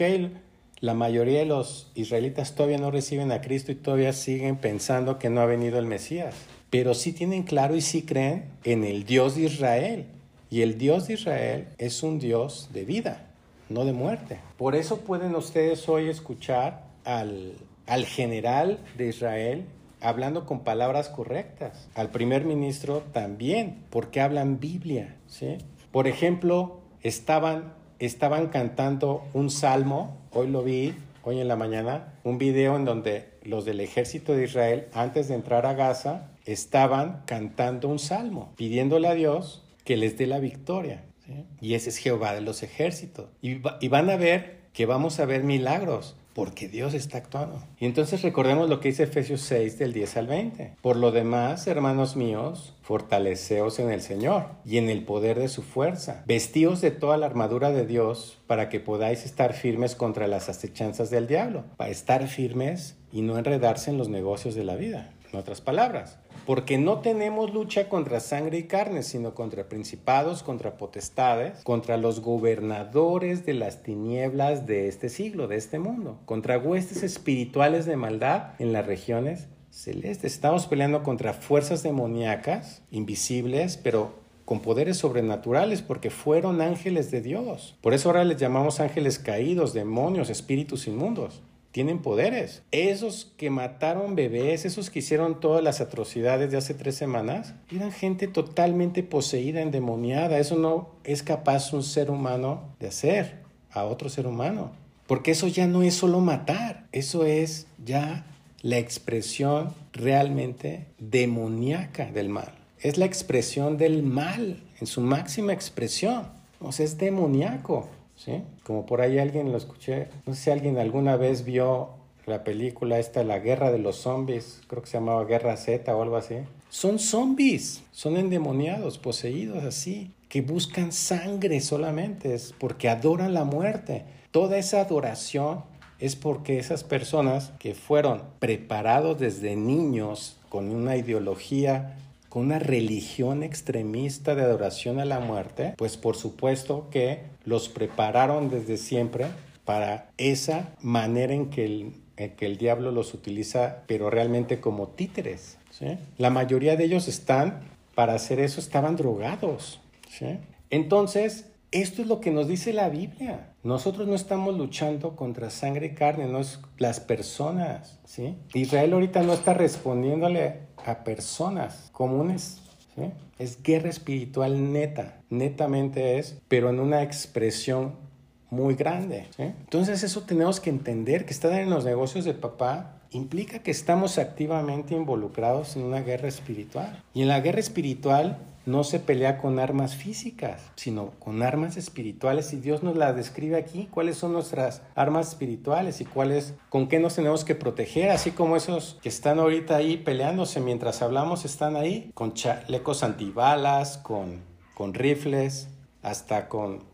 la mayoría de los israelitas todavía no reciben a Cristo y todavía siguen pensando que no ha venido el Mesías. Pero sí tienen claro y sí creen en el Dios de Israel. Y el Dios de Israel es un Dios de vida, no de muerte. Por eso pueden ustedes hoy escuchar al, al general de Israel hablando con palabras correctas. Al primer ministro también, porque hablan Biblia, ¿sí? Por ejemplo, estaban, estaban cantando un salmo, hoy lo vi, hoy en la mañana, un video en donde los del ejército de Israel, antes de entrar a Gaza, estaban cantando un salmo, pidiéndole a Dios que les dé la victoria, ¿sí? Y ese es Jehová de los ejércitos. Y, va, y van a ver que vamos a ver milagros, porque Dios está actuando. Y entonces recordemos lo que dice Efesios seis, del diez al veinte. Por lo demás, hermanos míos, fortaleceos en el Señor y en el poder de su fuerza. Vestíos de toda la armadura de Dios para que podáis estar firmes contra las acechanzas del diablo. Para estar firmes y no enredarse en los negocios de la vida. En otras palabras, porque no tenemos lucha contra sangre y carne, sino contra principados, contra potestades, contra los gobernadores de las tinieblas de este siglo, de este mundo, contra huestes espirituales de maldad en las regiones celestes. Estamos peleando contra fuerzas demoníacas, invisibles, pero con poderes sobrenaturales, porque fueron ángeles de Dios. Por eso ahora les llamamos ángeles caídos, demonios, espíritus inmundos. Tienen poderes. Esos que mataron bebés, esos que hicieron todas las atrocidades de hace tres semanas, eran gente totalmente poseída, endemoniada. Eso no es capaz un ser humano de hacer a otro ser humano. Porque eso ya no es solo matar. Eso es ya la expresión realmente demoníaca del mal. Es la expresión del mal en su máxima expresión. O sea, es demoníaco. ¿Sí? Como por ahí alguien lo escuché, no sé si alguien alguna vez vio la película esta, La Guerra de los Zombies, creo que se llamaba Guerra Z o algo así. Son zombies, son endemoniados, poseídos así, que buscan sangre solamente, es porque adoran la muerte. Toda esa adoración es porque esas personas que fueron preparados desde niños con una ideología, con una religión extremista de adoración a la muerte, pues por supuesto que los prepararon desde siempre para esa manera en que el, en que el diablo los utiliza, pero realmente como títeres, ¿sí? La mayoría de ellos están, para hacer eso, estaban drogados, ¿sí? Entonces, esto es lo que nos dice la Biblia. Nosotros no estamos luchando contra sangre y carne, no es las personas, ¿sí? Israel ahorita no está respondiéndole a personas comunes, ¿sí? Es guerra espiritual neta, netamente es, pero en una expresión muy grande, ¿sí? Entonces eso tenemos que entender, que estar en los negocios de papá implica que estamos activamente involucrados en una guerra espiritual. Y en la guerra espiritual no se pelea con armas físicas, sino con armas espirituales, y Dios nos la describe aquí, cuáles son nuestras armas espirituales y cuáles, con qué nos tenemos que proteger, así como esos que están ahorita ahí peleándose mientras hablamos, están ahí con chalecos antibalas, con, con rifles, hasta con,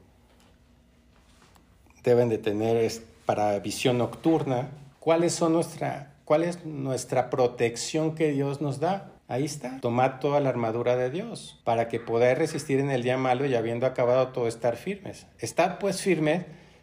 deben de tener para visión nocturna. ¿Cuáles son nuestra, cuál es nuestra protección que Dios nos da? Ahí está, tomad toda la armadura de Dios para que podáis resistir en el día malo y habiendo acabado todo estar firmes. Estad pues firmes,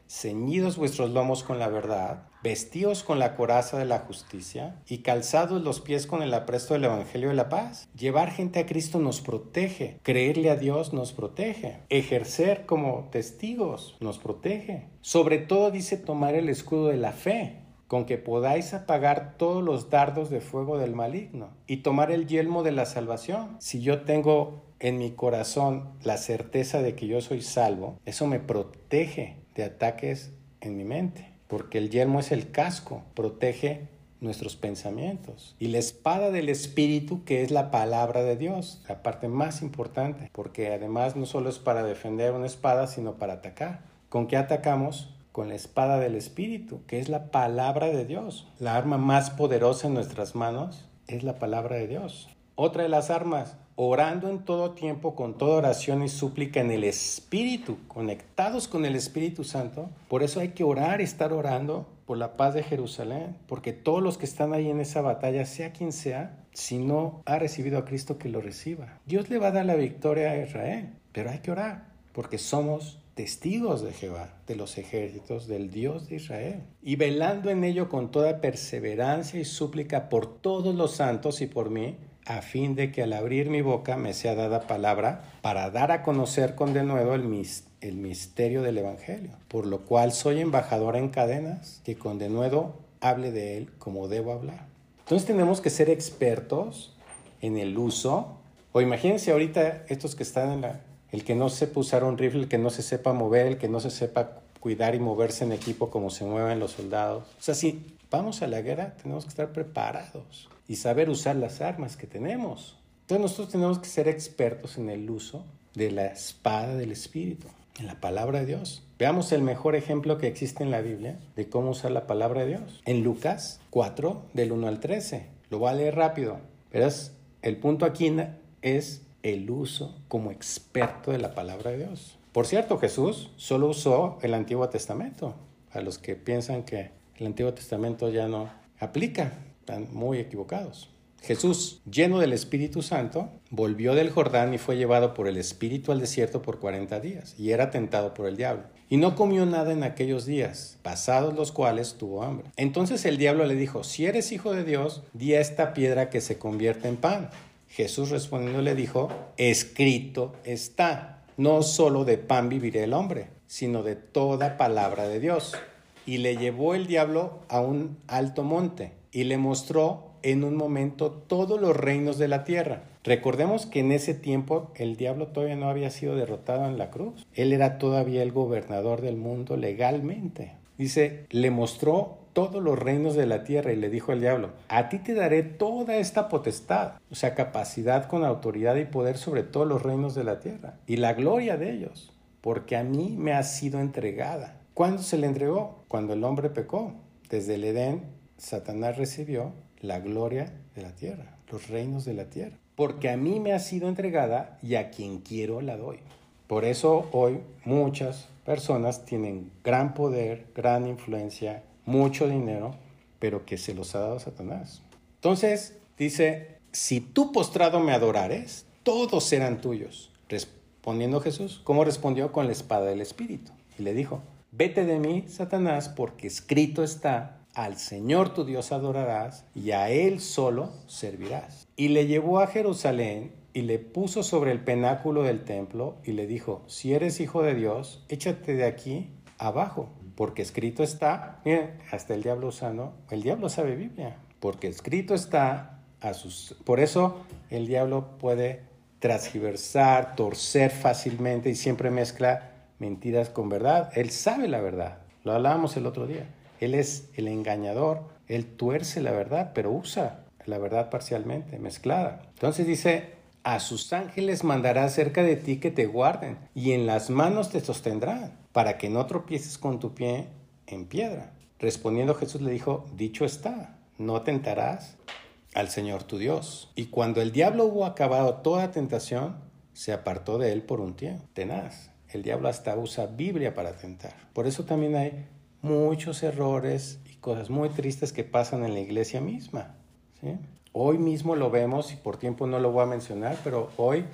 ceñidos vuestros lomos con la verdad, vestidos con la coraza de la justicia y calzados los pies con el apresto del evangelio de la paz. Llevar gente a Cristo nos protege, creerle a Dios nos protege, ejercer como testigos nos protege. Sobre todo dice tomar el escudo de la fe, con que podáis apagar todos los dardos de fuego del maligno y tomar el yelmo de la salvación. Si yo tengo en mi corazón la certeza de que yo soy salvo, eso me protege de ataques en mi mente, porque el yelmo es el casco, protege nuestros pensamientos. Y la espada del Espíritu, que es la palabra de Dios, la parte más importante, porque además no solo es para defender una espada, sino para atacar. ¿Con qué atacamos? Con la espada del Espíritu, que es la palabra de Dios. La arma más poderosa en nuestras manos es la palabra de Dios. Otra de las armas, orando en todo tiempo con toda oración y súplica en el Espíritu, conectados con el Espíritu Santo. Por eso hay que orar y estar orando por la paz de Jerusalén, porque todos los que están ahí en esa batalla, sea quien sea, si no ha recibido a Cristo, que lo reciba. Dios le va a dar la victoria a Israel, pero hay que orar, porque somos testigos de Jehová, de los ejércitos, del Dios de Israel, y velando en ello con toda perseverancia y súplica por todos los santos y por mí, a fin de que al abrir mi boca me sea dada palabra para dar a conocer con denuedo el, mis, el misterio del Evangelio, por lo cual soy embajador en cadenas, que con denuedo hable de él como debo hablar. Entonces tenemos que ser expertos en el uso, o imagínense ahorita estos que están en la... El que no sepa usar un rifle, el que no se sepa mover, el que no se sepa cuidar y moverse en equipo como se mueven los soldados. O sea, si vamos a la guerra, tenemos que estar preparados y saber usar las armas que tenemos. Entonces nosotros tenemos que ser expertos en el uso de la espada del Espíritu, en la palabra de Dios. Veamos el mejor ejemplo que existe en la Biblia de cómo usar la palabra de Dios. En Lucas cuatro, del uno al trece. Lo voy a leer rápido. Verás, el punto aquí es el uso como experto de la palabra de Dios. Por cierto, Jesús solo usó el Antiguo Testamento. A los que piensan que el Antiguo Testamento ya no aplica, están muy equivocados. Jesús, lleno del Espíritu Santo, volvió del Jordán y fue llevado por el Espíritu al desierto por cuarenta días, y era tentado por el diablo. Y no comió nada en aquellos días, pasados los cuales tuvo hambre. Entonces el diablo le dijo: si eres hijo de Dios, di a esta piedra que se convierta en pan. Jesús respondiendo le dijo: escrito está, no solo de pan vivirá el hombre, sino de toda palabra de Dios. Y le llevó el diablo a un alto monte y le mostró en un momento todos los reinos de la tierra. Recordemos que en ese tiempo el diablo todavía no había sido derrotado en la cruz. Él era todavía el gobernador del mundo legalmente. Dice, le mostró todos los reinos de la tierra y le dijo al diablo: a ti te daré toda esta potestad, o sea, capacidad con autoridad y poder sobre todos los reinos de la tierra y la gloria de ellos, porque a mí me ha sido entregada. ¿Cuándo se le entregó? Cuando el hombre pecó. Desde el Edén, Satanás recibió la gloria de la tierra, los reinos de la tierra, porque a mí me ha sido entregada y a quien quiero la doy. Por eso hoy muchas personas tienen gran poder, gran influencia, mucho dinero, pero que se los ha dado Satanás. Entonces dice: si tú postrado me adorares, todos serán tuyos. Respondiendo Jesús, ¿cómo respondió? Con la espada del Espíritu. Y le dijo: vete de mí, Satanás, porque escrito está: al Señor tu Dios adorarás y a Él solo servirás. Y le llevó a Jerusalén y le puso sobre el penáculo del templo y le dijo: si eres hijo de Dios, échate de aquí abajo, porque escrito está. Miren, hasta el diablo usando, el diablo sabe Biblia, porque escrito está a sus... Por eso el diablo puede transgiversar, torcer fácilmente y siempre mezcla mentiras con verdad. Él sabe la verdad, lo hablábamos el otro día. Él es el engañador, él tuerce la verdad, pero usa la verdad parcialmente, mezclada. Entonces dice: a sus ángeles mandará cerca de ti que te guarden, y en las manos te sostendrán, para que no tropieces con tu pie en piedra. Respondiendo Jesús le dijo: dicho está, no tentarás al Señor tu Dios. Y cuando el diablo hubo acabado toda tentación, se apartó de él por un tiempo. Tenaz, el diablo hasta usa Biblia para tentar. Por eso también hay muchos errores y cosas muy tristes que pasan en la iglesia misma, ¿sí? Hoy mismo lo vemos, y por tiempo no lo voy a mencionar, pero hoy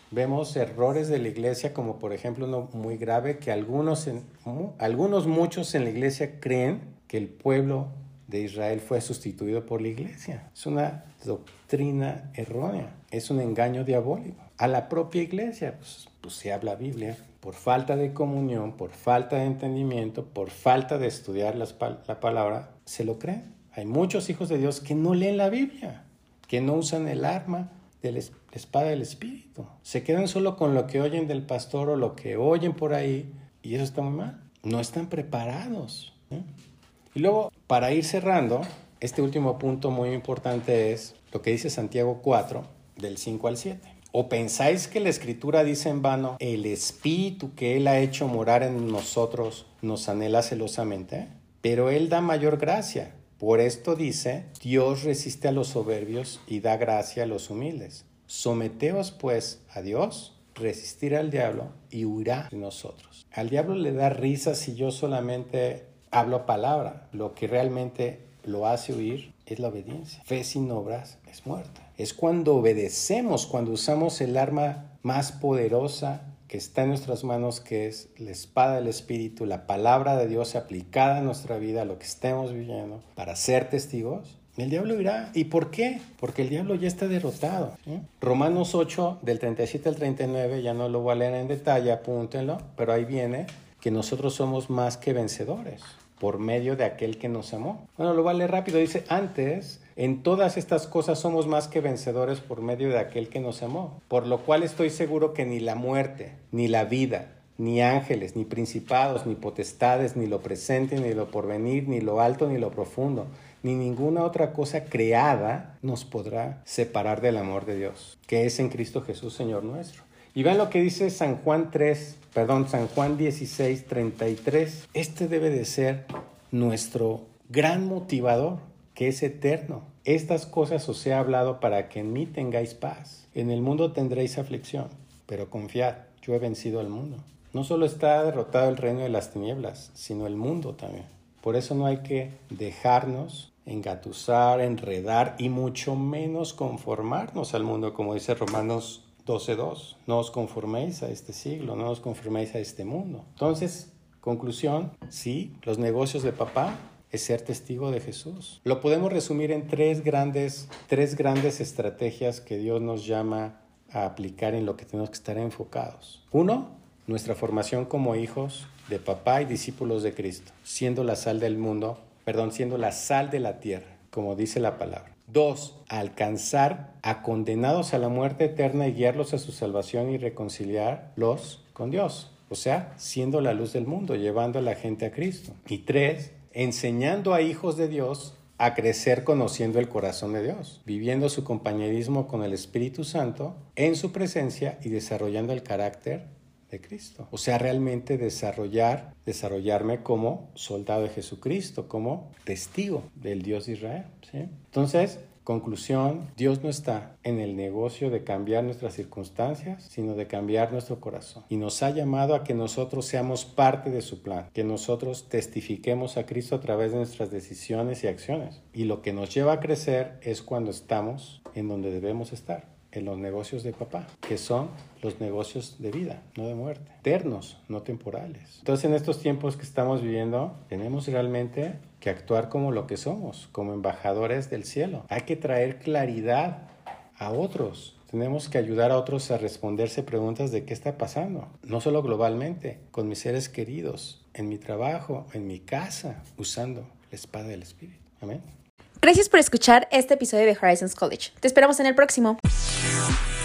Vemos errores de la iglesia, como por ejemplo uno muy grave, que algunos, en, algunos muchos en la iglesia creen que el pueblo de Israel fue sustituido por la iglesia. Es una doctrina errónea, es un engaño diabólico. A la propia iglesia, pues, pues se habla Biblia, por falta de comunión, por falta de entendimiento, por falta de estudiar las, la palabra, se lo creen. Hay muchos hijos de Dios que no leen la Biblia, que no usan el arma de la espada del Espíritu. Se quedan solo con lo que oyen del pastor o lo que oyen por ahí, y eso está muy mal. No están preparados, ¿eh? Y luego, para ir cerrando, este último punto muy importante es lo que dice Santiago cuatro, del cinco al siete. ¿O pensáis que la Escritura dice en vano, el Espíritu que Él ha hecho morar en nosotros nos anhela celosamente? Pero Él da mayor gracia. Por esto dice, Dios resiste a los soberbios y da gracia a los humildes. Someteos pues a Dios, resistir al diablo y huirá de nosotros. Al diablo le da risa si yo solamente hablo palabra. Lo que realmente lo hace huir es la obediencia. Fe sin obras es muerte. Es cuando obedecemos, cuando usamos el arma más poderosa que está en nuestras manos, que es la espada del Espíritu, la palabra de Dios aplicada a nuestra vida, a lo que estemos viviendo, para ser testigos. El diablo irá. ¿Y por qué? Porque el diablo ya está derrotado, ¿sí? Romanos ocho, del treinta y siete al treinta y nueve, ya no lo voy a leer en detalle, apúntenlo, pero ahí viene que nosotros somos más que vencedores por medio de aquel que nos amó. Bueno, lo voy a leer rápido. Dice, antes, en todas estas cosas somos más que vencedores por medio de aquel que nos amó. Por lo cual estoy seguro que ni la muerte, ni la vida, ni ángeles, ni principados, ni potestades, ni lo presente, ni lo porvenir, ni lo alto, ni lo profundo, ni ninguna otra cosa creada nos podrá separar del amor de Dios, que es en Cristo Jesús, Señor nuestro. Y vean lo que dice San Juan tres, perdón, San Juan dieciséis, treinta y tres. Este debe de ser nuestro gran motivador, que es eterno. Estas cosas os he hablado para que en mí tengáis paz. En el mundo tendréis aflicción, pero confiad, yo he vencido al mundo. No solo está derrotado el reino de las tinieblas, sino el mundo también. Por eso no hay que dejarnos engatusar, enredar y mucho menos conformarnos al mundo, como dice Romanos doce dos. No os conforméis a este siglo, no os conforméis a este mundo. Entonces, conclusión, sí, los negocios de papá es ser testigo de Jesús. Lo podemos resumir en tres grandes, tres grandes estrategias que Dios nos llama a aplicar en lo que tenemos que estar enfocados. Uno, nuestra formación como hijos de papá y discípulos de Cristo, siendo la sal del mundo, perdón, siendo la sal de la tierra, como dice la palabra. Dos, alcanzar a condenados a la muerte eterna y guiarlos a su salvación y reconciliarlos con Dios. O sea, siendo la luz del mundo, llevando a la gente a Cristo. Y tres, enseñando a hijos de Dios a crecer conociendo el corazón de Dios, viviendo su compañerismo con el Espíritu Santo en su presencia y desarrollando el carácter de Cristo. O sea, realmente desarrollar, desarrollarme como soldado de Jesucristo, como testigo del Dios de Israel, ¿sí? Entonces, conclusión, Dios no está en el negocio de cambiar nuestras circunstancias, sino de cambiar nuestro corazón. Y nos ha llamado a que nosotros seamos parte de su plan, que nosotros testifiquemos a Cristo a través de nuestras decisiones y acciones. Y lo que nos lleva a crecer es cuando estamos en donde debemos estar, en los negocios de papá, que son los negocios de vida, no de muerte, eternos, no temporales. Entonces, en estos tiempos que estamos viviendo, tenemos realmente que actuar como lo que somos, como embajadores del cielo. Hay que traer claridad a otros. Tenemos que ayudar a otros a responderse preguntas de qué está pasando, no solo globalmente, con mis seres queridos, en mi trabajo, en mi casa, usando la espada del Espíritu. Amén. Gracias por escuchar este episodio de Horizons College. Te esperamos en el próximo.